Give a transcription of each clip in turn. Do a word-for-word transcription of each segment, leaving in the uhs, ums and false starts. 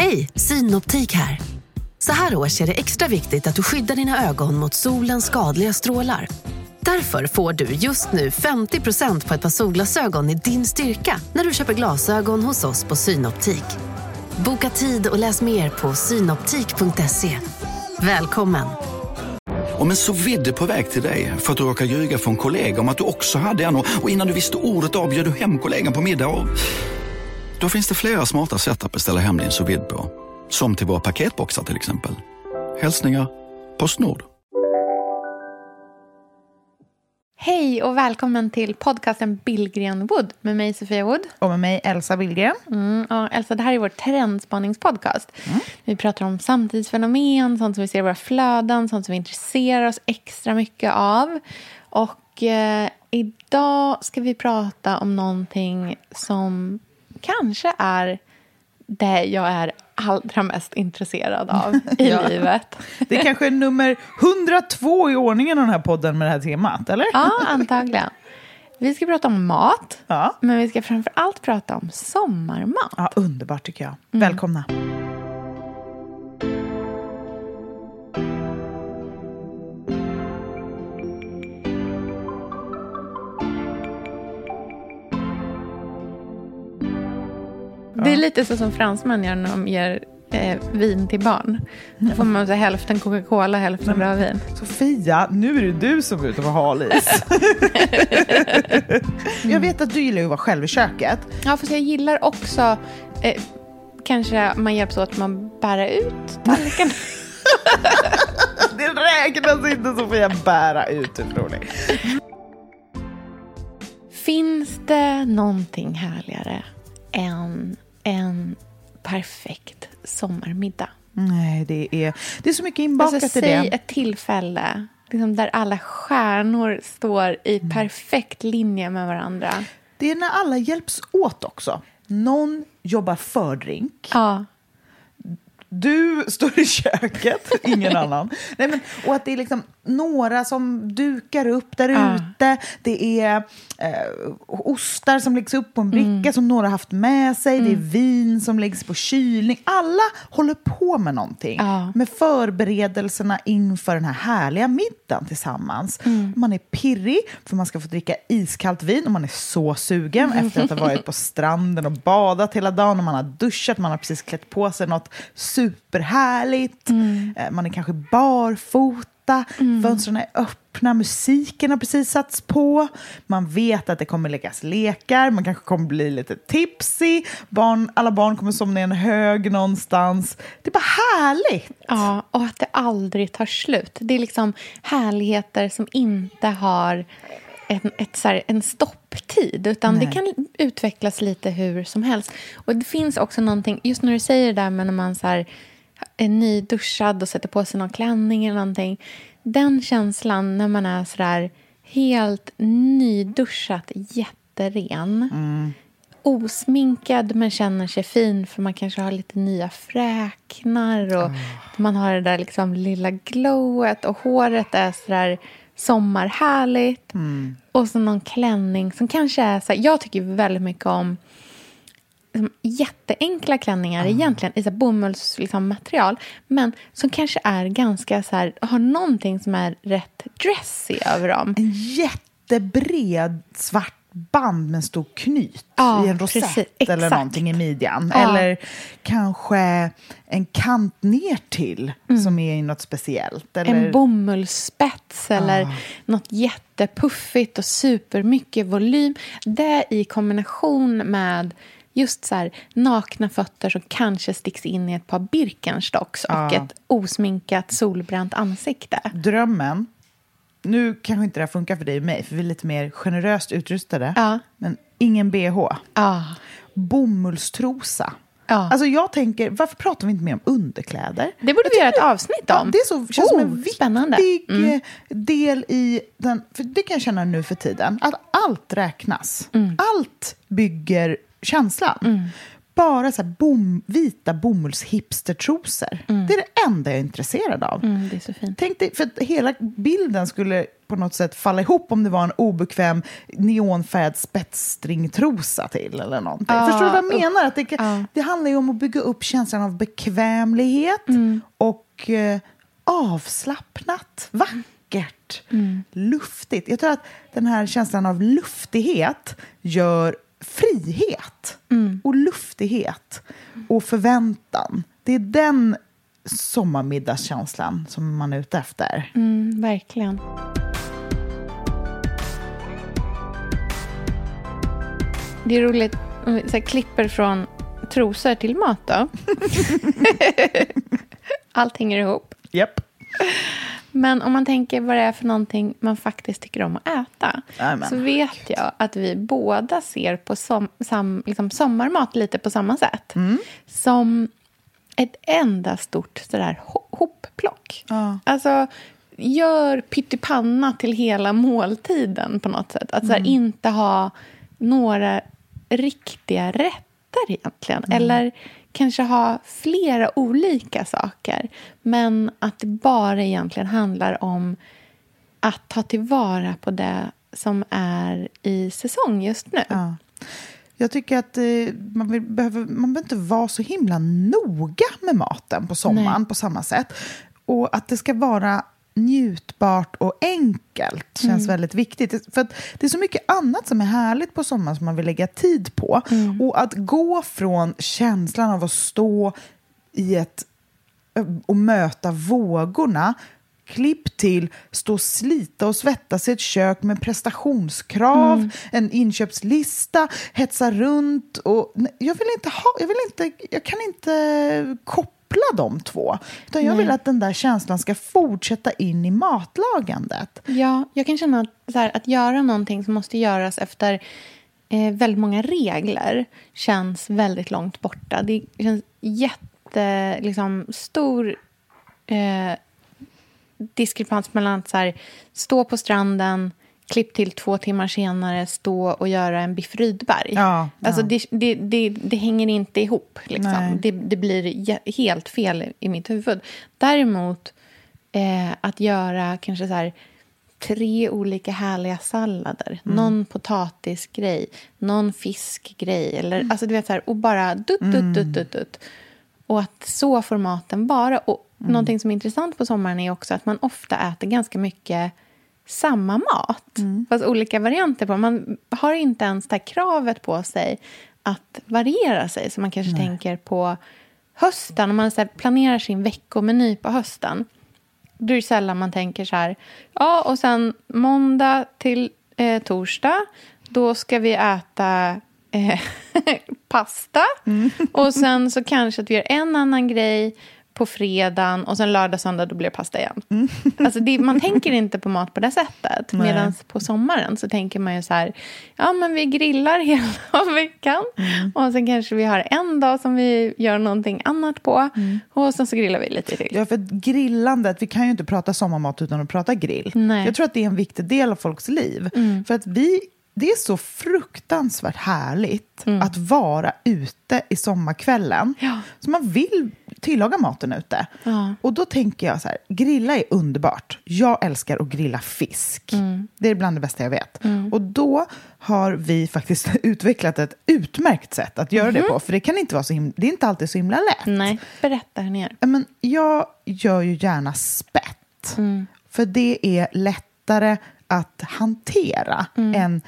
Hej, Synoptik här. Så här års är det extra viktigt att du skyddar dina ögon mot solens skadliga strålar. Därför får du just nu femtio procent på ett par solglasögon i din styrka när du köper glasögon hos oss på Synoptik. Boka tid och läs mer på synoptik punkt se. Välkommen! Om en så vidde på väg till dig för att du råkar ljuga från kollega om att du också hade en och innan du visste ordet av bjöd du hem kollegan på middag och... Då finns det flera smarta sätt att beställa hem din sous vide på. Som till våra paketboxar till exempel. Hälsningar Postnord. Hej och välkommen till podcasten Billgren Wood med mig Sofia Wood. Och med mig Elsa Billgren. Mm, ja, Elsa, det här är vår trendspaningspodcast. Mm. Vi pratar om samtidsfenomen, sånt som vi ser i våra flöden, sånt som vi intresserar oss extra mycket av. Och eh, idag ska vi prata om någonting som kanske är det jag är allra mest intresserad av i ja. livet. Det är kanske nummer hundratvå i ordningen av den här podden med det här temat, eller? Ja, antagligen. Vi ska prata om mat, ja. men vi ska framförallt prata om sommarmat. Ja, underbart tycker jag. Mm. Välkomna. Det är lite så som fransmän gör när de ger eh, vin till barn. Då får man så hälften Coca-Cola, hälften rödvin. Sofia, nu är det du som är ute på halis. Jag vet att du gillar att vara själv i köket. Ja, för jag gillar också eh, kanske man hjälps åt att man bära ut tallriken. Det räknas inte, Sofia, bära ut. Finns det någonting härligare än en perfekt sommarmiddag? Nej, det är, det är så mycket inbakat alltså, i det. Säg ett tillfälle liksom, där alla stjärnor står i perfekt linje med varandra. Det är när alla hjälps åt också. Någon jobbar fördrink. Ja. Du står i köket, ingen annan. Nej, men, och att det är liksom några som dukar upp där ja. ute. Det är eh, ostar som läggs upp på en bricka mm. som några har haft med sig. Mm. Det är vin som läggs på kylning. Alla håller på med någonting. Ja. Med förberedelserna inför den här härliga middagen tillsammans. Mm. Man är pirrig för man ska få dricka iskallt vin och man är så sugen mm. efter att ha varit på stranden och badat hela dagen och man har duschat, man har precis klätt på sig något superhärligt. Mm. Man är kanske barfota. Mm. Fönstren är öppna, musiken har precis satts på. Man vet att det kommer läggas lekar. Man kanske kommer bli lite tipsy. Barn, alla barn kommer somna i en hög någonstans. Det är bara härligt. Ja, och att det aldrig tar slut. Det är liksom härligheter som inte har en, ett, så här, en stopptid. Utan Nej. det kan utvecklas lite hur som helst. Och det finns också någonting, just när du säger det där med när man så här är nyduschad och sätter på sig någon klänning eller någonting. Den känslan när man är sådär helt nyduschat, jätteren. Mm. Osminkad men känner sig fin för man kanske har lite nya fräknar och oh. man har det där liksom lilla glowet och håret är sådär sommarhärligt. Mm. Och så någon klänning som kanske är så här, jag tycker väldigt mycket om jätteenkla klänningar mm. egentligen i så bomulls liksom, material, men som kanske är ganska så här, har någonting som är rätt dressy över dem. En jättebred svart band med en stor knyt ja, i en rosett precis, eller exakt. Någonting i midjan. Ja. Eller kanske en kant ner till mm. som är i något speciellt. Eller... En bomullsspets eller ah. något jättepuffigt och supermycket volym. Det i kombination med just så här nakna fötter som kanske sticks in i ett par Birkenstocks ja. Och ett osminkat solbränt ansikte. Drömmen. Nu kanske inte det här funkar för dig och mig, för vi är lite mer generöst utrustade. Ja. Men ingen B H. Ja. Bomullstrosa. Ja. Alltså jag tänker, varför pratar vi inte mer om underkläder? Det borde vi göra ett avsnitt om. Ja, det är så, känns oh, som en viktig spännande. Mm. del i den, för det kan jag känna nu för tiden, att allt räknas. Mm. Allt bygger känslan. Mm. bara så här bom, vita bomullshipstertrosor. Mm. Det är det enda jag är intresserad av. Mm, det är så fint. Tänk dig, för att hela bilden skulle på något sätt falla ihop om det var en obekväm neonfärgad spetsstringtrosa till eller någonting. Ah, Förstår du vad jag menar? Att det, ah. det handlar ju om att bygga upp känslan av bekvämlighet mm. och eh, avslappnat, vackert, mm. luftigt. Jag tror att den här känslan av luftighet gör frihet mm. och luftighet och förväntan. Det är den sommarmiddagskänslan som man är ute efter. Mm, verkligen. Det är roligt, så här, klipper från trosor till mat då. Allt hänger ihop. Japp. Men om man tänker vad det är för någonting man faktiskt tycker om att äta. Amen. Så vet jag att vi båda ser på som, sam, liksom sommarmat lite på samma sätt. Mm. Som ett enda stort sådär hopplock. Ja. Alltså gör pyttipanna till hela måltiden på något sätt. Att mm. sådär, inte ha några riktiga rätter egentligen. Mm. Eller kanske ha flera olika saker. Men att det bara egentligen handlar om att ta tillvara på det som är i säsong just nu. Ja. Jag tycker att eh, man, vill, behöver, man behöver inte vara så himla noga med maten på sommaren. Nej. På samma sätt. Och att det ska vara njutbart och enkelt känns mm. väldigt viktigt. För att det är så mycket annat som är härligt på sommaren som man vill lägga tid på. Mm. Och att gå från känslan av att stå i ett och möta vågorna, klipp till stå och slita och svettas i ett kök med prestationskrav, mm. en inköpslista, hetsa runt och jag vill inte ha, jag vill inte, jag kan inte koppla de två. Utan jag Nej. vill att den där känslan ska fortsätta in i matlagandet. Ja, jag kan känna att, så här, att göra någonting som måste göras efter eh, väldigt många regler känns väldigt långt borta. Det känns jätte, liksom, stor eh, diskrepans mellan att så här, stå på stranden, klipp till två timmar senare, stå och göra en biff Rydberg. Ja, ja. Alltså det, det, det, det hänger inte ihop. Liksom. Det, det blir helt fel i mitt huvud. Däremot eh, att göra kanske så här, tre olika härliga sallader. Mm. Någon potatisgrej, någon fiskgrej. Eller, mm. alltså, du vet, så här, och bara dutt, dutt, dutt, dutt, dutt. Och att så får maten bara. Och mm. någonting som är intressant på sommaren är också att man ofta äter ganska mycket samma mat, mm. fast olika varianter på. Man har inte ens det här kravet på sig att variera sig, som man kanske Nej. tänker på hösten. Om man så här planerar sin veckomeny på hösten, då är det sällan man tänker så här, ja, och sen måndag till eh, torsdag, då ska vi äta eh, pasta, mm. och sen så kanske att vi gör en annan grej på fredagen och sen lördag, söndag, då blir det pasta igen. Mm. Alltså det, man tänker inte på mat på det sättet. Medan på sommaren så tänker man ju så här, ja men vi grillar hela veckan. Mm. Och sen kanske vi har en dag som vi gör någonting annat på. Mm. Och sen så grillar vi lite till. Ja, för grillandet, vi kan ju inte prata sommarmat utan att prata grill. Nej. Jag tror att det är en viktig del av folks liv. Mm. För att vi... Det är så fruktansvärt härligt mm. att vara ute i sommarkvällen. Ja. Så man vill tillaga maten ute. Ja. Och då tänker jag så här, grilla är underbart. Jag älskar att grilla fisk. Mm. Det är bland det bästa jag vet. Mm. Och då har vi faktiskt utvecklat ett utmärkt sätt att göra mm. det på. För det kan inte vara så himla, det är inte alltid så himla lätt. Nej, berätta hur ni gör. Men jag gör ju gärna spett. Mm. För det är lättare att hantera mm. än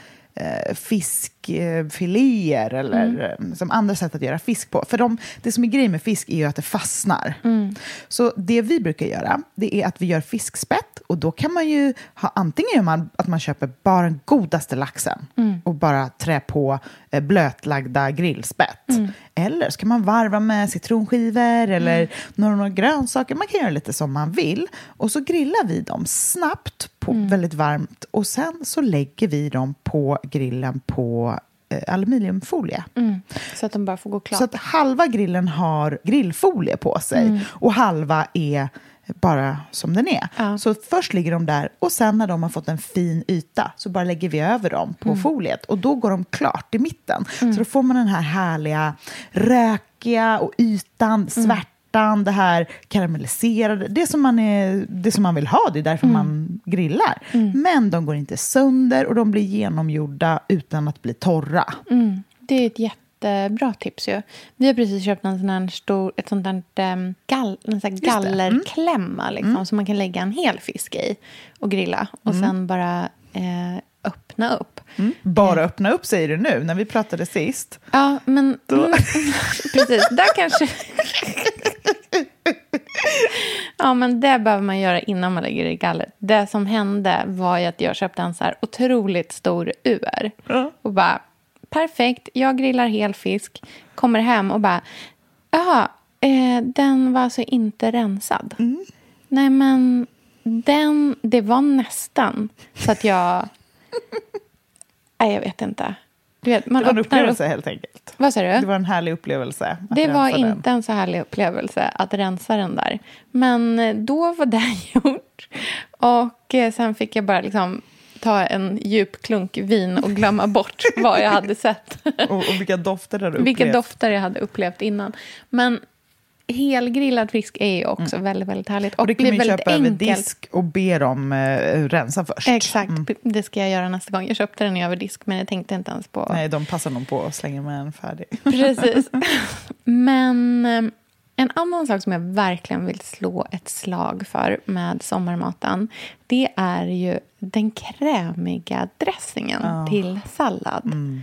fiskfiléer eller mm. som andra sätt att göra fisk på. För de, det som är grejen med fisk är ju att det fastnar. Mm. Så det vi brukar göra, det är att vi gör fiskspett, och då kan man ju ha, antingen gör man att man köper bara den godaste laxen mm. och bara trä på eh, blötlagda grillspett. Mm. Eller så kan man varva med citronskivor eller mm. några, några grönsaker. Man kan göra lite som man vill. Och så grillar vi dem snabbt på mm. väldigt varmt. Och sen så lägger vi dem på grillen på eh, aluminiumfolie. Mm. Så att de bara får gå klart. Så att halva grillen har grillfolie på sig. Mm. Och halva är bara som den är. Ja. Så först ligger de där och sen när de har fått en fin yta så bara lägger vi över dem på mm. foliet och då går de klart i mitten. Mm. Så då får man den här härliga räkiga och ytan, svärtan, mm. det här karamelliserade, det som man, är, det som man vill ha, det är därför mm. man grillar. Mm. Men de går inte sönder och de blir genomgjorda utan att bli torra. Mm. Det är ett jättebra tips ju. Vi har precis köpt en sån här stor, ett sånt där um, gall, en sån här gallerklämma mm. liksom, mm. som man kan lägga en hel fisk i och grilla. Och mm. sen bara eh, öppna upp. Mm. Bara öppna upp säger du nu, när vi pratade sist. Ja, men Då... mm, precis, där kanske... Ja, men det behöver man göra innan man lägger det i gallret. Det som hände var ju att jag köpte en så här otroligt stor ur. Mm. Och bara... Perfekt, jag grillar hel fisk. Kommer hem och bara... Jaha, eh, den var alltså inte rensad. Mm. Nej, men den... Det var nästan så att jag... Nej, jag vet inte. Du vet, man det var en upplevelse upp... helt enkelt. Vad sa du? Det var en härlig upplevelse. Det var inte den. En så härlig upplevelse att rensa den där. Men då var det gjort. Och sen fick jag bara liksom... ta en djup klunk vin och glömma bort vad jag hade sett. och, och vilka dofter hade du Vilka upplevt. dofter jag hade upplevt innan. Men helgrillad fisk är ju också mm. väldigt, väldigt härligt. Och, och det kan man köpa enkelt. över disk och be dem eh, rensa först. Exakt, mm. det ska jag göra nästa gång. Jag köpte den över disk men jag tänkte inte ens på... Nej, de passar nog på och slänger med en färdig. Precis. Men... En annan sak som jag verkligen vill slå ett slag för med sommarmaten, det är ju den krämiga dressingen oh. till sallad. Mm.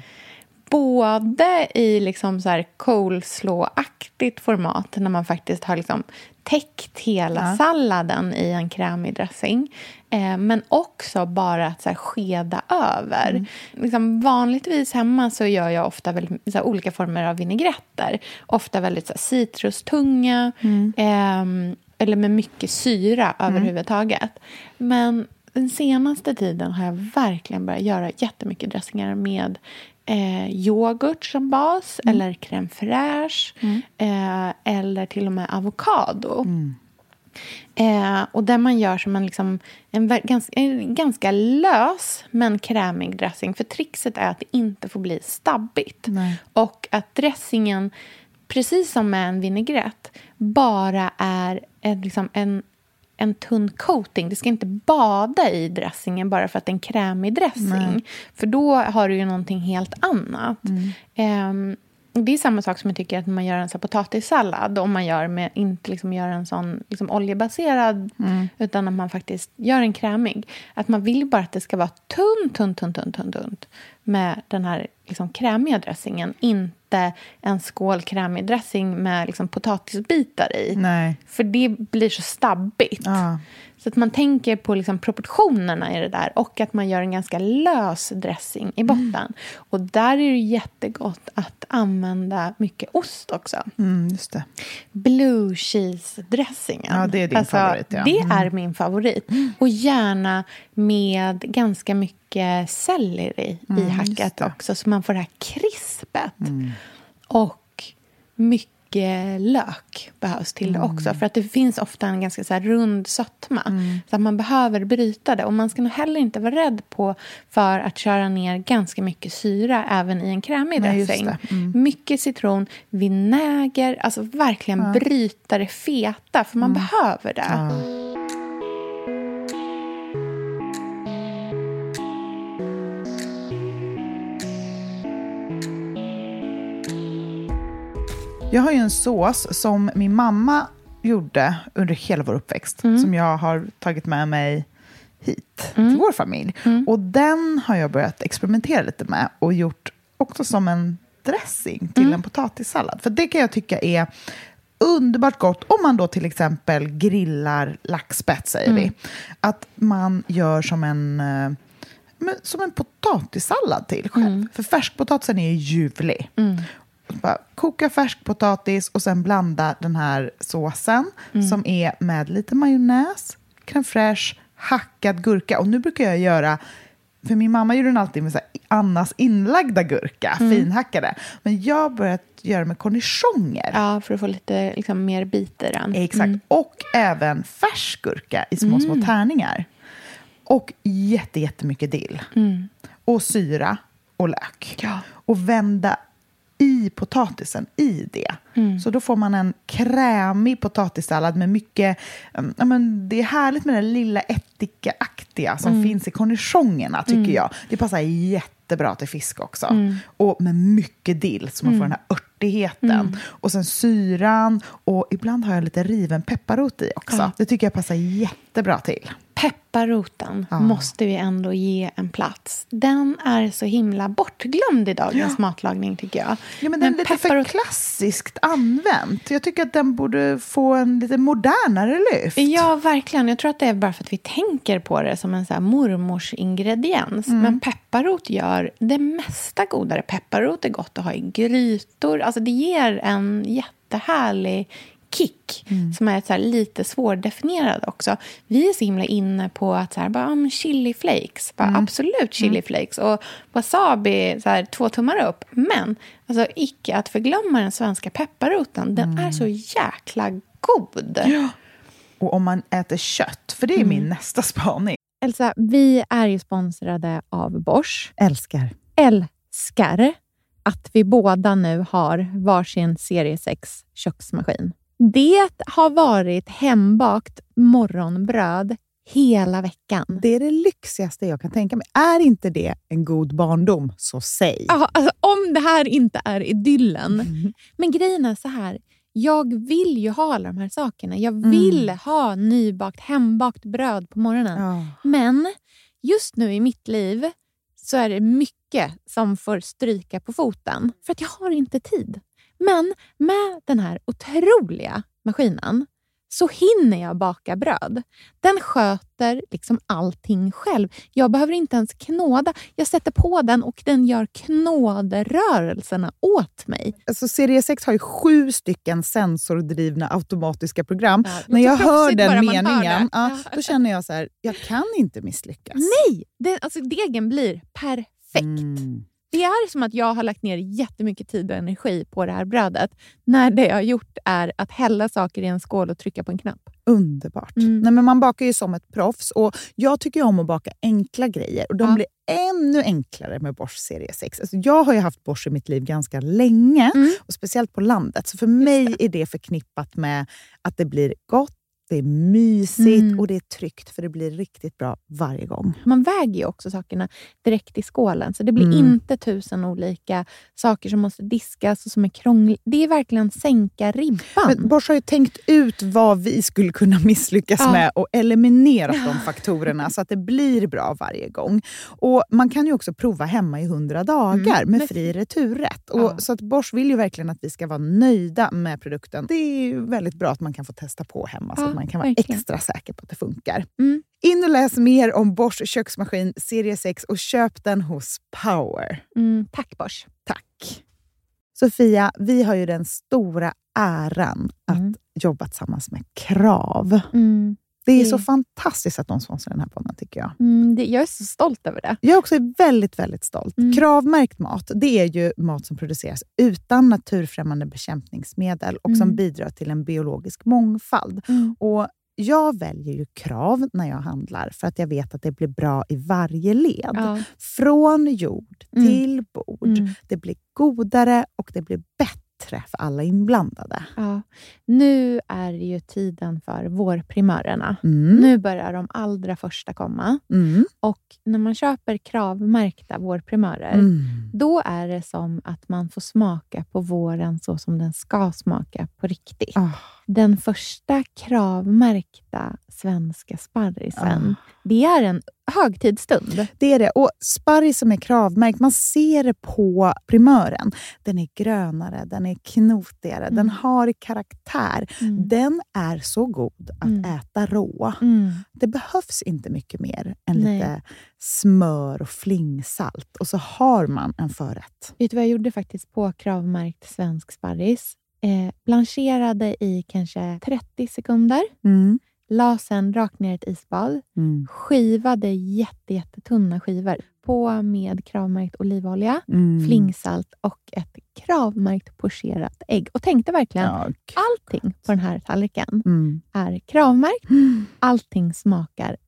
Både i liksom så här coleslaw-aktigt format när man faktiskt har liksom täckt hela ja. salladen i en krämig dressing. Eh, men också bara att så här skeda över. Mm. Liksom, vanligtvis hemma så gör jag ofta väldigt, så här, olika former av vinägretter. Ofta väldigt så här, citrustunga. Mm. Eh, eller med mycket syra mm. överhuvudtaget. Men den senaste tiden har jag verkligen börjat göra jättemycket dressingar med Eh, yoghurt som bas mm. eller crème fraîche mm. eh, eller till och med avokado. Mm. Eh, och där man gör som en, liksom, en, ganska, en ganska lös men krämig dressing. För trixet är att det inte får bli stabbigt. Nej. Och att dressingen, precis som med en vinägrett, bara är en, liksom en en tunn coating. Det ska inte bada i dressingen bara för att det är en krämig dressing. Nej. För då har du ju någonting helt annat. Mm. Um, det är samma sak som jag tycker att man gör en så potatissallad. Om man gör med, inte liksom gör en sån liksom oljebaserad. Mm. Utan att man faktiskt gör en krämig. Att man vill bara att det ska vara tunt, tunt, tunt, tunt, tunt, tunt. Med den här liksom krämiga dressingen. Inte en skål krämig dressing med liksom potatisbitar i. Nej. För det blir så stabbigt. Ja. Så att man tänker på liksom proportionerna i det där. Och att man gör en ganska lös dressing i botten. Mm. Och där är det jättegott att använda mycket ost också. Mm, just det. Blue cheese dressingen. Ja, det är din alltså, favorit. Ja. Det mm. är min favorit. Mm. Och gärna med ganska mycket selleri mm, i hacket också. Så man får det här krispet. Mm. Och mycket lök behövs till det också. Mm. För att det finns ofta en ganska så här rund sötma. Mm. Så att man behöver bryta det. Och man ska nog heller inte vara rädd på för att köra ner ganska mycket syra även i en krämig dressing. Mm. Mycket citron, vinäger. Alltså verkligen ja. bryta det feta. För man mm. behöver det. Ja. Jag har ju en sås som min mamma gjorde under hela vår uppväxt. Mm. Som jag har tagit med mig hit mm. till vår familj. Mm. Och den har jag börjat experimentera lite med. Och gjort också som en dressing till mm. en potatissallad. För det kan jag tycka är underbart gott. Om man då till exempel grillar laxspett, säger mm. vi. Att man gör som en... som en potatissallad till själv. Mm. För färskpotatisen är ljuvlig. Mm. Bara koka färsk potatis och sen blanda den här såsen mm. som är med lite majonnäs, crème fraîche, hackad gurka. Och nu brukar jag göra för min mamma gjorde den alltid med så här Annas inlagda gurka, mm. finhackade. Men jag har börjat göra med cornichoner. Ja, för att få lite liksom, mer bit i den. Exakt. Mm. Och även färsk gurka i små, mm. små tärningar. Och jätte, jättemycket dill. Mm. Och syra och lök. Ja. Och vända i potatisen i det. Mm. Så då får man en krämig potatissallad med mycket... Ja, men det är härligt med det lilla ättika-aktiga som mm. finns i cornichonerna, tycker mm. jag. Det passar jättebra till fisk också. Mm. Och med mycket dill, så man mm. får den här örtigheten. Mm. Och sen syran. Och ibland har jag lite riven pepparrot i också. Ja. Det tycker jag passar jättebra till. Pepparroten ja. måste vi ändå ge en plats. Den är så himla bortglömd i dagens ja. matlagning, tycker jag. Ja, men den är lite pepparrot... för klassiskt använt. Jag tycker att den borde få en lite modernare lyft. Ja, verkligen. Jag tror att det är bara för att vi tänker på det som en så här mormors ingrediens. Mm. Men pepparrot gör det mesta godare. Pepparrot är gott att ha i grytor. Alltså det ger en jättehärlig kick mm. som är så här lite svårdefinierad också. Vi är så himla inne på att så här, bara, um, chili flakes. Bara, mm. Absolut chili flakes. Och wasabi, så här, två tummar upp. Men alltså, icke att förglömma den svenska pepparroten. Den mm. är så jäkla god. Ja. Och om man äter kött, för det är mm. min nästa spaning. Elsa, vi är ju sponsrade av Bosch. Älskar. Älskar att vi båda nu har varsin serie sex köksmaskin. Det har varit hembakt morgonbröd hela veckan. Det är det lyxigaste jag kan tänka mig. Är inte det en god barndom, så säg. Ja, alltså, om det här inte är idyllen. Mm. Men grejen är så här. Jag vill ju ha alla de här sakerna. Jag vill mm. ha nybakt, hembakt bröd på morgonen. Ja. Men just nu i mitt liv så är det mycket som får stryka på foten. För att jag har inte tid. Men med den här otroliga maskinen så hinner jag baka bröd. Den sköter liksom allting själv. Jag behöver inte ens knåda. Jag sätter på den och den gör knåderörelserna åt mig. Alltså serie sex har ju sju stycken sensordrivna automatiska program. Ja, när jag hör den meningen, hör ja, då känner jag så här, jag kan inte misslyckas. Nej, det, alltså degen blir perfekt. Mm. Det är som att jag har lagt ner jättemycket tid och energi på det här brödet. När det jag har gjort är att hälla saker i en skål och trycka på en knapp. Underbart. Mm. Nej, men man bakar ju som ett proffs. Och jag tycker om att baka enkla grejer. Och de ja. blir ännu enklare med Bosch serie sex. Alltså jag har ju haft Bosch i mitt liv ganska länge. Mm. Och speciellt på landet. Så för mig det. är det förknippat med att det blir gott. Det är mysigt mm. och det är tryggt, för det blir riktigt bra varje gång. Man väger ju också sakerna direkt i skålen. Så det blir mm. inte tusen olika saker som måste diskas och som är krångligt. Det är verkligen sänka ribban. Men Bosch har ju tänkt ut vad vi skulle kunna misslyckas ja. med och eliminera ja. de faktorerna så att det blir bra varje gång. Och man kan ju också prova hemma i hundra dagar mm. med fri returrätt. Och ja. Så att Bosch vill ju verkligen att vi ska vara nöjda med produkten. Det är ju väldigt bra att man kan få testa på hemma ja. så man kan vara verkligen extra säker på att det funkar. Mm. In och läs mer om Bosch köksmaskin serie sex och köp den hos Power. Mm, tack Bosch. Tack. Sofia, vi har ju den stora äran mm. att jobba tillsammans med Krav. Mm. Det är det... så fantastiskt att de sponsrar den här podden, tycker jag. Mm, det, jag är så stolt över det. Jag är också väldigt, väldigt stolt. Mm. Kravmärkt mat, det är ju mat som produceras utan naturfrämmande bekämpningsmedel och mm. som bidrar till en biologisk mångfald. Mm. Och jag väljer ju Krav när jag handlar för att jag vet att det blir bra i varje led. Ja. Från jord mm. till bord. Mm. Det blir godare och det blir bättre för alla inblandade. Ja. Nu är det ju tiden för vårprimörerna. Mm. Nu börjar de allra första komma. Mm. Och när man köper kravmärkta vårprimörer, mm. då är det som att man får smaka på våren så som den ska smaka på riktigt. Oh. Den första kravmärkta svenska sparrisen, oh. det är en högtidsstund. Det är det. Och sparris som är kravmärkt, man ser det på primören. Den är grönare, den är knotigare, mm. den har karaktär. Mm. Den är så god att mm. äta rå. Mm. Det behövs inte mycket mer än Nej. lite smör och flingsalt. Och så har man en förrätt. Vet du vad jag gjorde faktiskt på kravmärkt svensk sparris? Eh, blancherade i kanske trettio sekunder. Mm. La sen rakt ner ett isbad. Mm. Skivade jätte, jättetunna skivor. på med kravmärkt olivolja, Mm. flingsalt och ett kravmärkt pocherat ägg. Och tänkte verkligen, Ja, allting på den här tallriken Mm. är kravmärkt. Allting smakar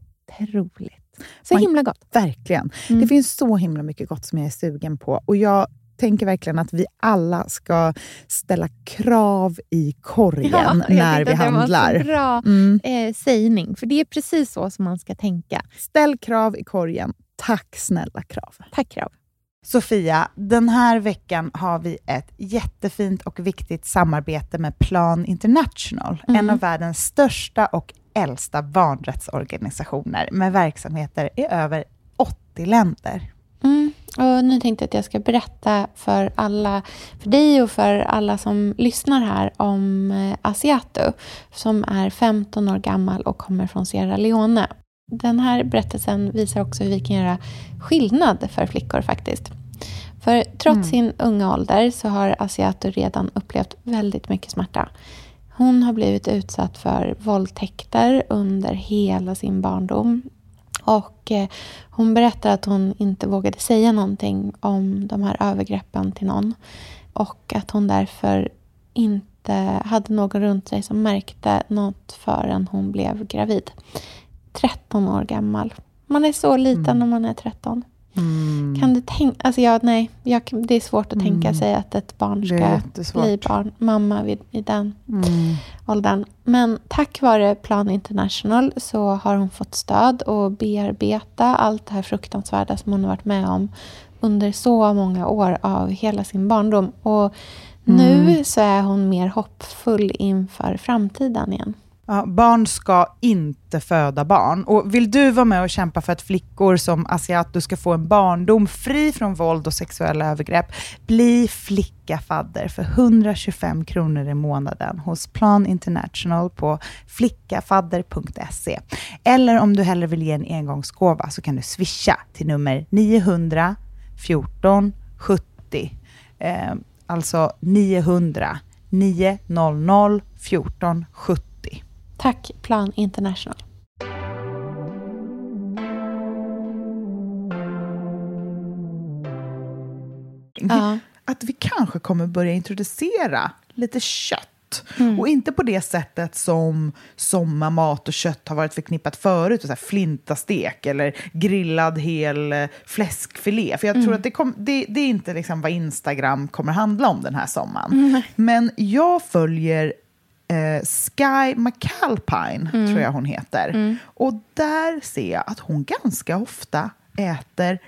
otroligt. Så Man- himla gott. Verkligen. Mm. Det finns så himla mycket gott som jag är sugen på. Och jag tänker verkligen att vi alla ska ställa krav i korgen Ja, jag när tyckte vi att det var handlar. så bra Mm. eh, sägning. För det är precis så som man ska tänka. Ställ krav i korgen. Tack snälla krav. Tack krav. Sofia, den här veckan har vi ett jättefint och viktigt samarbete med Plan International. Mm. En av världens största och äldsta barnrättsorganisationer med verksamheter i över åttio länder. Mm. Och nu tänkte jag att jag ska berätta för alla, för dig och för alla som lyssnar här om eh, Asiato, som är femton år gammal och kommer från Sierra Leone. Den här berättelsen visar också hur vi kan göra skillnad för flickor faktiskt. För trots Mm. sin unga ålder så har Asiato redan upplevt väldigt mycket smärta. Hon har blivit utsatt för våldtäkter under hela sin barndom. Och eh, hon berättar att hon inte vågade säga någonting om de här övergreppen till någon. Och att hon därför inte hade någon runt sig som märkte något förrän hon blev gravid. tretton år gammal. Man är så liten Mm. när man är tretton. Mm. Kan du tänka... Alltså jag, nej, jag, det är svårt att Mm. tänka sig att ett barn Det är ska jättesvårt. bli barn, mamma vid, i den Mm. åldern. Men tack vare Plan International så har hon fått stöd och bearbeta allt det här fruktansvärda som hon har varit med om under så många år av hela sin barndom. Och nu Mm. så är hon mer hoppfull inför framtiden igen. Ja, barn ska inte föda barn. Och vill du vara med och kämpa för att flickor som Asiato ska få en barndom fri från våld och sexuella övergrepp, bli flickafadder för hundratjugofem kronor i månaden hos Plan International på flickafadder punkt se. Eller om du hellre vill ge en engångsgåva så kan du swisha till nummer niohundra fjorton sjuttio. Eh, alltså niohundra niohundra fjorton sjuttio. Tack Plan International. Ja. Att vi kanske kommer börja introducera lite kött. Mm. Och inte på det sättet som sommarmat och kött har varit förknippat förut. Så här flintastek eller grillad hel eh, fläskfilé. För jag Mm. tror att det, kom, det, det är inte liksom vad Instagram kommer handla om den här sommaren. Mm. Men jag följer eh, Sky McAlpine, Mm. tror jag hon heter. Och där ser jag att hon ganska ofta äter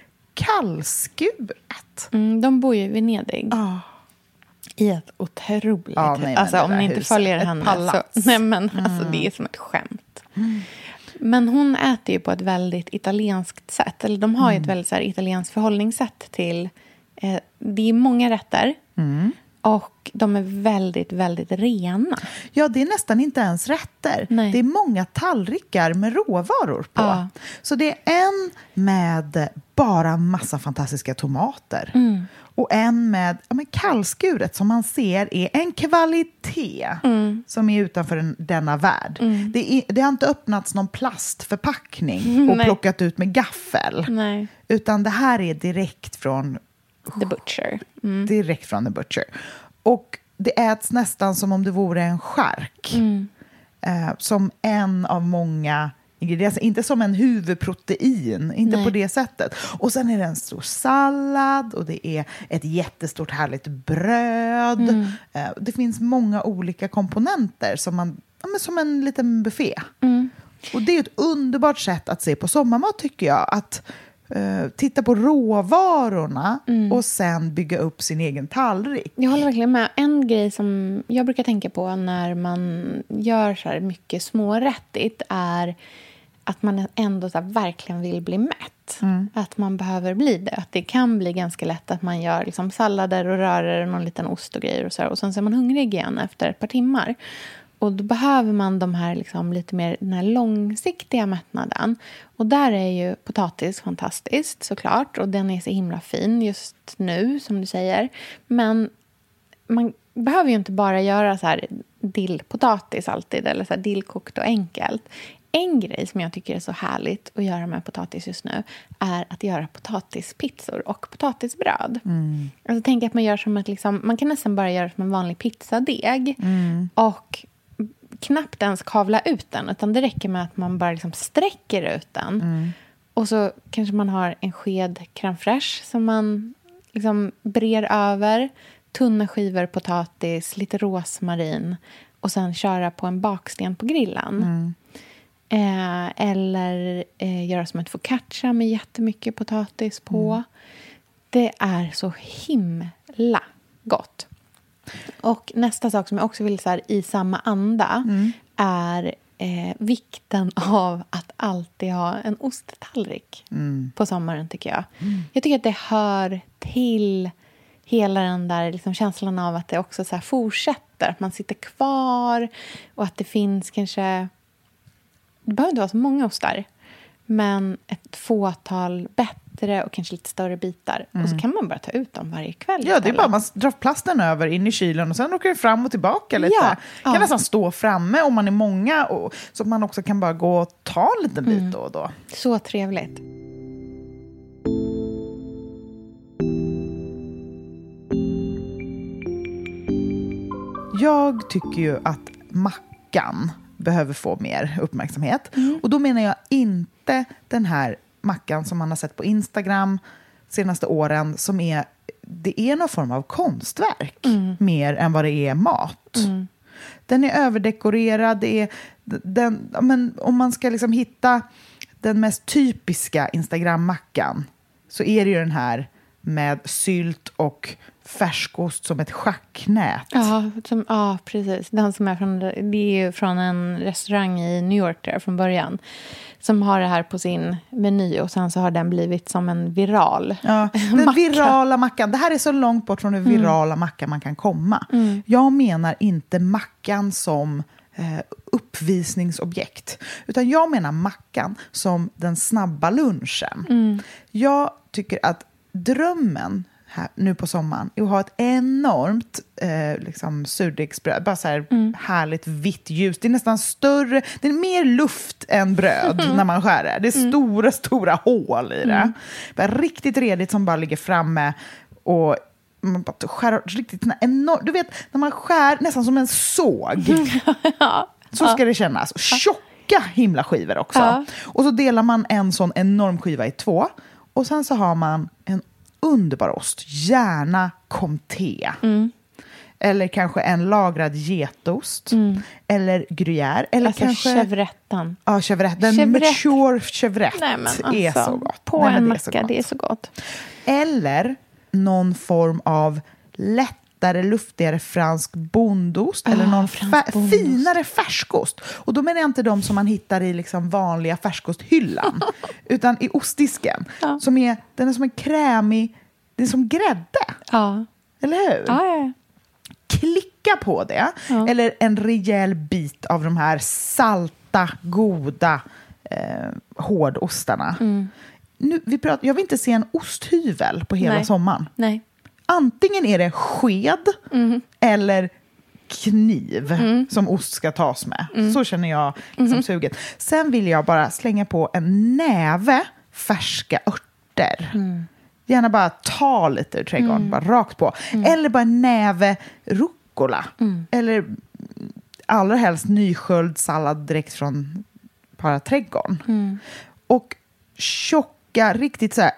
kallskuret. Mm, de bor ju i Venedig. Ah. I ett otroligt... Ja, nej, men alltså det om där ni inte huset. följer Ett henne palats. så... Nej, men alltså det är som ett skämt. Men hon äter ju på ett väldigt italienskt sätt. Eller de har ju ett väldigt så här, italienskt förhållningssätt till... Eh, det är många rätter. Och de är väldigt, väldigt rena. Ja, det är nästan inte ens rätter. Nej. Det är många tallrikar med råvaror på. Ja. Så det är en med bara massa fantastiska tomater. Mm. Och en med ja, men kallskuret som man ser är en kvalitet Mm. som är utanför den, denna värld. Det, är, det har inte öppnats någon plastförpackning och Nej. plockat ut med gaffel. Nej, Utan det här är direkt från The Butcher. Mm. direkt från The Butcher. Och det äts nästan som om det vore en chark. Mm. Eh, som en av många ingredienser. Inte som en huvudprotein. Inte Nej. på det sättet. Och sen är det en stor sallad. Och det är ett jättestort härligt bröd. Mm. Eh, det finns många olika komponenter. Som, man, ja, men som en liten buffé. Mm. Och det är ett underbart sätt att se på sommarmat tycker jag. Att Uh, titta på råvarorna Mm. och sen bygga upp sin egen tallrik. Jag håller verkligen med. En grej som jag brukar tänka på när man gör så här mycket smårättigt är att man ändå så här verkligen vill bli mätt. Mm. Att man behöver bli det. Att det kan bli ganska lätt att man gör liksom sallader och rörer och någon liten ost och grejer och så här. Och sen så är man hungrig igen efter ett par timmar. Och då behöver man de här liksom lite mer den här långsiktiga mättnaden. Och där är ju potatis fantastiskt såklart. Och den är så himla fin just nu som du säger. Men man behöver ju inte bara göra så här dillpotatis alltid. Eller så här dillkokt och enkelt. en grej som jag tycker är så härligt att göra med potatis just nu är att göra potatispizzor och potatisbröd. Mm. Alltså tänk att man gör som ett liksom, man kan nästan bara göra som en vanlig pizzadeg mm. och knappt ens kavla ut den, utan det räcker med att man bara liksom sträcker ut den. Mm. Och så kanske man har en sked crème fraîche som man liksom brer över, tunna skivor potatis, lite rosmarin och sen köra på en baksten på grillen. Mm. Eh, eller eh, göra som ett focaccia med jättemycket potatis på. Mm. Det är så himla gott. Och nästa sak som jag också vill så här, i samma anda mm. är eh, vikten av att alltid ha en osttallrik mm. på sommaren, tycker jag. Mm. Jag tycker att det hör till hela den där liksom, känslan av att det också så här, fortsätter. Att man sitter kvar och att det finns kanske... Det behöver inte vara så många ostar, men ett fåtal bättre och kanske lite större bitar. Mm. Och så kan man bara ta ut dem varje kväll. Ja, det är bara man drar plasten över in i kylen och sen åker det fram och tillbaka lite. Ja, kan ja. nästan stå framme om man är många och, så att man också kan bara gå och ta en liten bit mm. då och då. Så trevligt. Jag tycker ju att mackan behöver få mer uppmärksamhet. Mm. Och då menar jag inte den här mackan som man har sett på Instagram senaste åren, som är, det är någon form av konstverk mm. mer än vad det är mat. Mm. Den är överdekorerad, det är den, men om man ska liksom hitta den mest typiska Instagram-mackan så är det ju den här med sylt och färskost som ett schacknät. Ja, som, ja, precis. Den som är från, det är ju från en restaurang i New York där från början. Som har det här på sin meny och sen så har den blivit som en viral ja, den macka. virala mackan. Det här är så långt bort från den virala mm. mackan man kan komma. Mm. Jag menar inte mackan som eh, uppvisningsobjekt. Utan jag menar mackan som den snabba lunchen. Mm. Jag tycker att drömmen här, nu på sommaren, är att ha ett enormt eh, liksom surdegsbröd. Bara så här mm. härligt vitt ljus. Det är nästan större, det är mer luft än bröd mm. när man skär det. Det är mm. stora, stora hål i det. Mm. Bara riktigt redigt som bara ligger framme och man bara skär riktigt enormt. Du vet, när man skär nästan som en såg. ja. Så ska ja. det kännas. Tjocka himlaskivor också. Ja. Och så delar man en sån enorm skiva i två. Och sen så har man en underbar ost, gärna comté. Mm. Eller kanske en lagrad getost. Mm. Eller gruyère. Eller alltså kanske... chevrettan. Ja, chevrette. Den chevrette. Mature chevrette Nej, men alltså, är så gott. På Nej, en det macka, är det är så gott. Eller någon form av lättare, luftigare fransk bondost. Oh, eller någon fär- bondost. finare färskost. Och då menar jag inte de som man hittar i liksom vanliga färskosthyllan. utan i ostdisken. Ja. Som är, den är som en krämig, det är som grädde. Ja. Eller hur? Ja, ja, ja. Klicka på det. Ja. Eller en rejäl bit av de här salta, goda eh, hårdostarna. Mm. Nu, vi pratar, jag vill inte se en osthyvel på hela Nej. sommaren. Nej. Antingen är det sked mm. eller kniv mm. som ost ska tas med. Mm. Så känner jag liksom mm. suget. Sen vill jag bara slänga på en näve färska örter. Mm. Gärna bara ta lite ur trädgården, mm. bara rakt på. Mm. Eller bara en näve rucola. Mm. Eller allra helst nysköljd sallad direkt från bara trädgården. Mm. Och tjocka, riktigt så här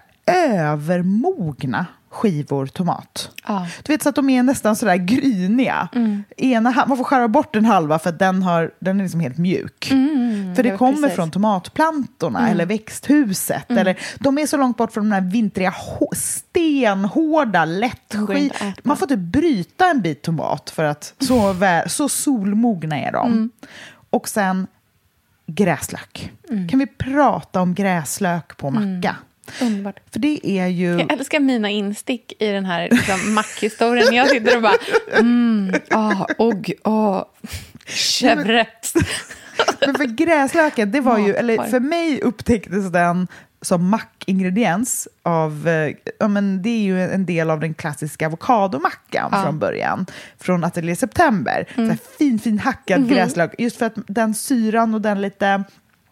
övermogna skivor tomat. Ah. Du vet så att de är nästan sådär gryniga. Mm. Ena, man får skära bort en halva för att den, har, den är liksom helt mjuk. Mm, för det, det kommer precis. från tomatplantorna mm. eller växthuset. Mm. Eller, de är så långt bort från de här vintriga, stenhårda, lättskit. Man får typ bryta en bit tomat för att så, vä- så solmogna är de. Mm. Och sen gräslök. Mm. Kan vi prata om gräslök på macka? Mm. Underbart. För det är ju... Jag älskar mina instick i den här liksom, mackhistorien. Jag sitter och bara... Mm, åh, och, åh, chevret. Men för gräslöken, det var ju... Eller för mig upptäcktes den som mackingrediens av... Ja, men det är ju en del av den klassiska avokadomackan ja. från början. Från Atelier September. Mm. Så här fin, fin hackad mm. gräslök. Just för att den syran och den lite...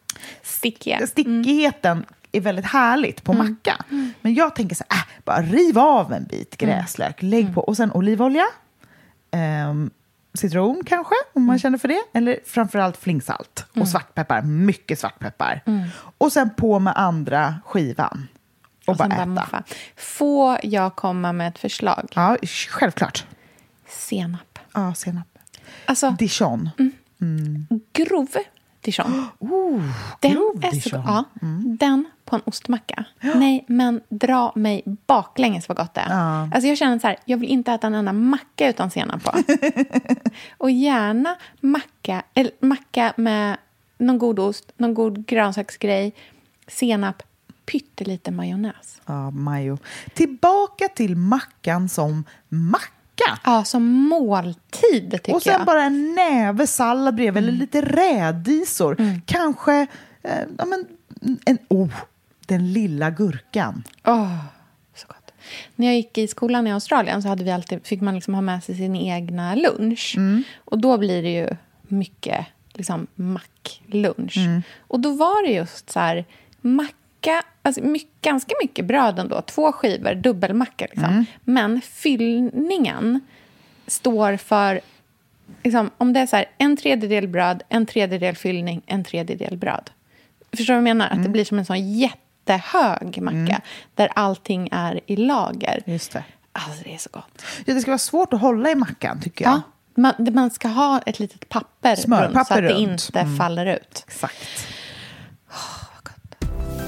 Stickiga. Stickigheten mm. är väldigt härligt på mm. macka. Mm. Men jag tänker så här, äh, bara riv av en bit gräslök, lägg mm. på och sen olivolja, ehm, citron kanske, om man mm. känner för det. Eller framförallt flingsalt och mm. svartpeppar, mycket svartpeppar. Mm. Och sen på med andra skivan. Och, och bara äta. Bara Får jag komma med ett förslag? Ja, självklart. Senap. Ja, senap. Alltså, Dijon. Mm. Mm. Grov Dijon. Oh, den grov är Dijon. Så, ja, mm. Den på en ostmacka. Ja. Nej, men dra mig baklänges vad gott det är. Ja. Alltså jag känner så här, jag vill inte äta en enda macka utan senap på. Och gärna macka, eller macka med någon god ost, någon god grönsaksgrej, senap, pyttelite majonnäs. Ja, majo. Tillbaka till mackan som macka. Ja, som måltid tycker jag. Och sen jag. bara en näve sallad bredvid, mm. eller lite rädisor. Mm. Kanske eh, ja, men, en, oh, den lilla gurkan. Åh, oh, så gott. När jag gick i skolan i Australien så hade vi alltid, fick man liksom ha med sig sin egna lunch. Mm. Och då blir det ju mycket liksom, macklunch. Mm. Och då var det just så här, macka, alltså mycket, ganska mycket bröd ändå. Två skivor, dubbelmacka liksom. Mm. Men fyllningen står för, liksom, om det är så här, en tredjedel bröd, en tredjedel fyllning, en tredjedel bröd. Förstår du vad jag menar? Mm. Att det blir som en sån jättehög macka. Mm. Där allting är i lager. Just det. Alltså det är så gott. Ja, det ska vara svårt att hålla i mackan tycker jag. Ja, man, man ska ha ett litet papper Smörpapper runt så att det runt. inte mm. faller ut. Exakt. Oh, vad gott.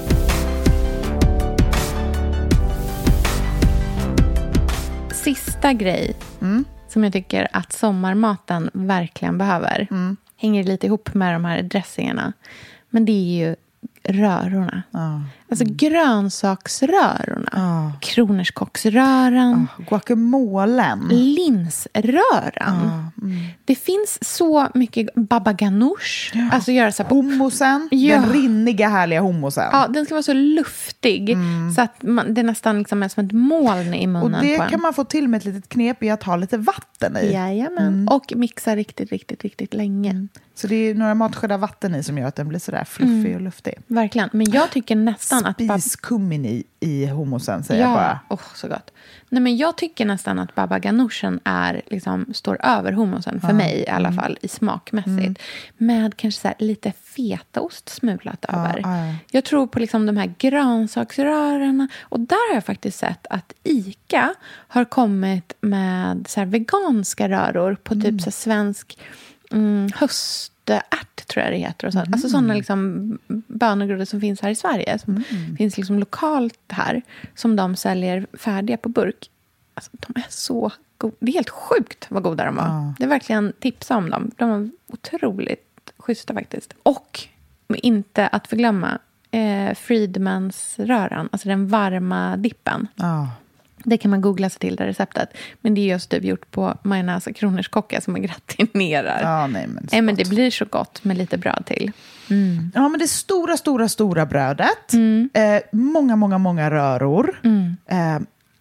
Sista grej mm. som jag tycker att sommarmaten verkligen behöver. Mm. Hänger lite ihop med de här dressingarna. Men det är ju rörorna. Ah. Alltså mm. grönsaksrörorna. Ah. Kronärtskocksröran. Ah. Guacamolen. Linsröran. Ah. Mm. Det finns så mycket baba ganoush. Ja. Alltså göra så här på... Hummusen. Ja. Den rinniga härliga hummusen. Ja, den ska vara så luftig. Mm. Så att man, det nästan liksom är som ett moln i munnen. Och det på en. Kan man få till med ett litet knep i att ha lite vatten i. Jajamän. Mm. Och mixa riktigt, riktigt, riktigt länge. Mm. Så det är några matskedar vatten i som gör att den blir sådär fluffig mm. och luftig. Verkligen. Men jag tycker nästan att... Spiskummin i, i hummusen, säger ja, jag bara. Ja, oh, så gott. Nej, men jag tycker nästan att baba ganoushen är, liksom, står över hummusen, för ja. mig i alla fall, i smakmässigt. Mm. Med kanske så här, lite fetaost smulat ja, över. Ja. Jag tror på liksom, de här grönsaksrörarna. Och där har jag faktiskt sett att ICA har kommit med så här, veganska röror på typ mm. så här, svensk mm, höst. Ärt tror jag det heter. Och så. Mm. Alltså sådana liksom bönegrodor som finns här i Sverige. Som mm. finns liksom lokalt här. Som de säljer färdiga på burk. Alltså de är så goda. Det är helt sjukt vad goda de var. Ja. Det är verkligen tipsa om dem. De var otroligt schyssta faktiskt. Och inte att förglömma eh, Friedmans röran. Alltså den varma dippen. Ja. Det kan man googla sig till det receptet. Men det är just typ gjort på majonnäs och kronärtskocka som man gratinerar. Ja, nej, men, nej, men det blir så gott med lite bröd till. Mm. Ja, men det stora, stora, stora brödet. Mm. Eh, många, många, många röror. Mm. Eh,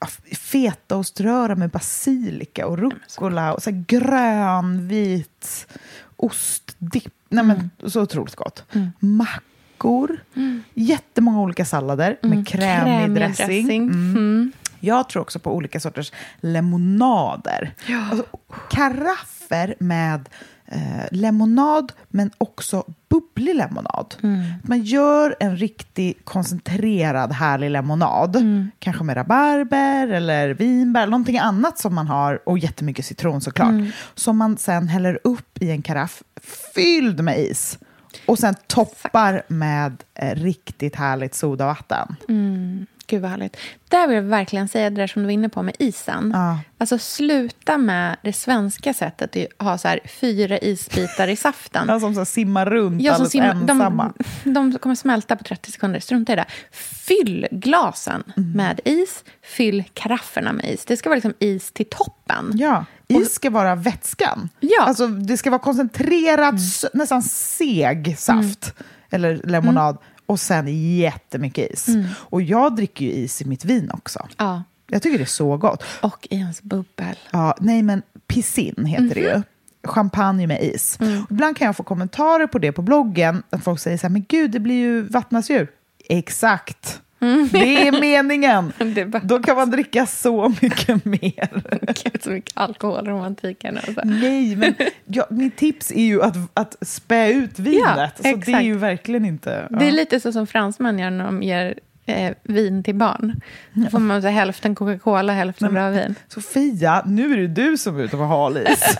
fetaoströra med basilika och rucola. Och så här grön, vit ostdipp. Nej, men mm. så otroligt gott. Mm. Mackor. Mm. Jättemånga olika sallader med mm. krämig, krämig dressing. dressing. Mm. Mm. Jag tror också på olika sorters lemonader. Ja. Alltså, karaffer med eh, lemonad, men också bubblig lemonad. Mm. Man gör en riktigt koncentrerad, härlig lemonad. Mm. Kanske med rabarber eller vinbär. Någonting annat som man har. Och jättemycket citron såklart. Mm. Som man sen häller upp i en karaff fylld med is. Och sen toppar Exakt. med eh, riktigt härligt sodavatten. Mm. Gud vad härligt. Där vill jag verkligen säga det där som du var inne på med isen. Ja. Alltså sluta med det svenska sättet att ha så här fyra isbitar i saften. Ja, som så simmar runt ja, alldeles sim- ensamma. De, de kommer smälta på trettio sekunder. Strunta i det. Fyll glasen mm. med is. Fyll karafferna med is. Det ska vara liksom is till toppen. Ja, is ska vara vätskan. Ja. Alltså det ska vara koncentrerad, mm. nästan seg saft. Mm. Eller lemonad. Mm. Och sen jättemycket is. Mm. Och jag dricker ju is i mitt vin också. Ja. Jag tycker det är så gott. Och i hans bubbel. Ja, nej men pissin heter mm-hmm. det ju. champagne med is. Mm. Och ibland kan jag få kommentarer på det på bloggen. Att folk säger så här, men gud, det blir ju vattmasdjur. Exakt. Mm. Det är meningen. Det bara... Då kan man dricka så mycket mer. Gud, så mycket alkoholromantik. Alltså. Nej, men ja, mitt tips är ju att, att spä ut vinet. Ja, så exakt. Det är ju verkligen inte... Ja. Det är lite så som fransmän gör när de ger eh, vin till barn. Då får man så hälften Coca-Cola, hälften men, rödvin. Sofia, nu är det du som är ute på halis.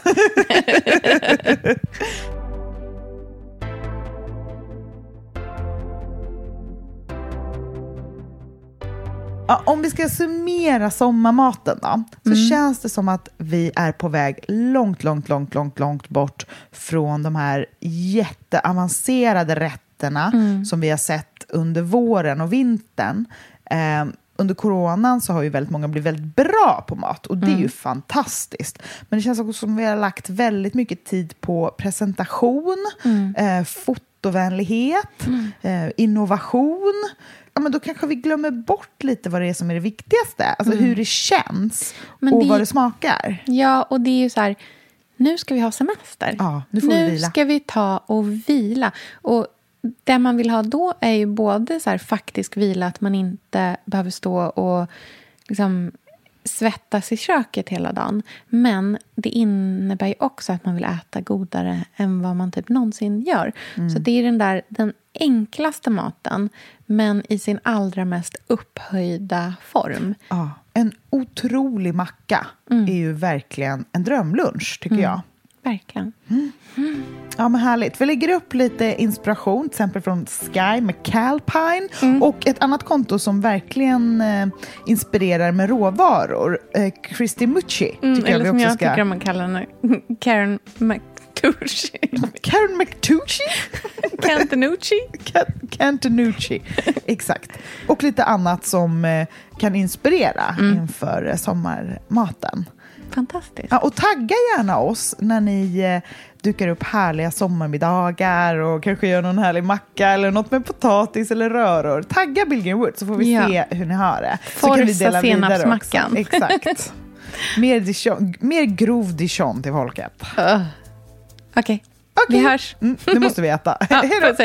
Ja, om vi ska summera sommarmaten då, så mm. känns det som att vi är på väg långt, långt, långt, långt, långt bort från de här jätteavancerade rätterna mm. som vi har sett under våren och vintern. Eh, under coronan så har ju väldigt många blivit väldigt bra på mat och det mm. är ju fantastiskt. Men det känns också som att vi har lagt väldigt mycket tid på presentation, mm. eh, fotovänlighet, mm. eh, innovation. Ja, men då kanske vi glömmer bort lite vad det är som är det viktigaste. Alltså mm. hur det känns men och det, vad det smakar. Ja, och det är ju så här, nu ska vi ha semester. Ja, nu får nu vi vila. ska vi ta och vila. Och det man vill ha då är ju både så här faktisk vila, att man inte behöver stå och liksom svettas i köket hela dagen. Men det innebär ju också att man vill äta godare än vad man typ någonsin gör. Mm. Så det är den där, den enklaste maten, men i sin allra mest upphöjda form. Ja, en otrolig macka mm. är ju verkligen en drömlunch, tycker mm. jag. Verkligen. Mm. Mm. Ja, men härligt. Vi lägger upp lite inspiration, till exempel från Sky med Calpine mm. och ett annat konto som verkligen eh, inspirerar med råvaror. Eh, Christy Mucci. Mm, tycker eller jag som vi också jag ska... tycker man kallar henne, Karen McTucci. Karen McTucci? Cantanucci. Cantanucci, exakt. Och lite annat som eh, kan inspirera mm. inför eh, sommarmaten. Fantastiskt. Ja, och tagga gärna oss när ni eh, dukar upp härliga sommarmiddagar och kanske gör någon härlig macka eller något med potatis eller röror. Tagga Billgren Wood så får vi ja. se hur ni har det. Forza så kan vi dela vidare också. Exakt. mer, Dijon, mer grov Dijon till folket. Uh. Okej, okay. okay. Vi hörs. Mm, nu måste vi äta. Ja, hej då.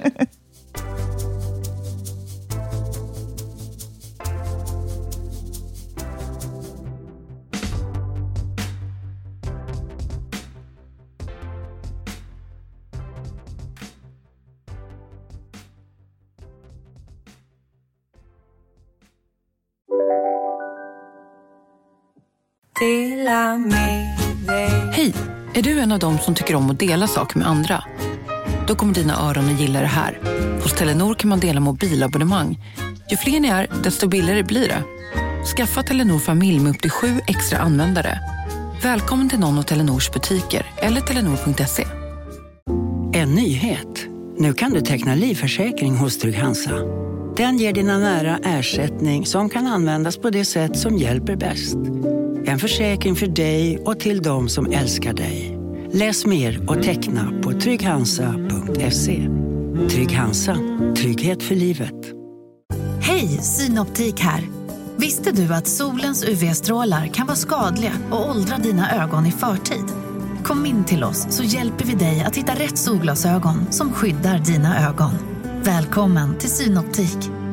Hej, är du en av dem som tycker om att dela saker med andra? Då kommer dina öron att gilla det här. Hos Telenor kan man dela mobilabonnemang. Ju fler ni är, desto billigare blir det. Skaffa Telenor familj med upp till sju extra användare. Välkommen till någon av Telenors butiker eller telenor punkt se. En nyhet. Nu kan du teckna livförsäkring hos Trygg Hansa. Den ger dina nära ersättning som kan användas på det sätt som hjälper bäst. En försäkring för dig och till de som älskar dig. Läs mer och teckna på trygg hansa punkt se. Trygg Hansa. Trygghet för livet. Hej, Synoptik här. Visste du att solens U V-strålar kan vara skadliga och åldra dina ögon i förtid? Kom in till oss så hjälper vi dig att hitta rätt solglasögon som skyddar dina ögon. Välkommen till Synoptik.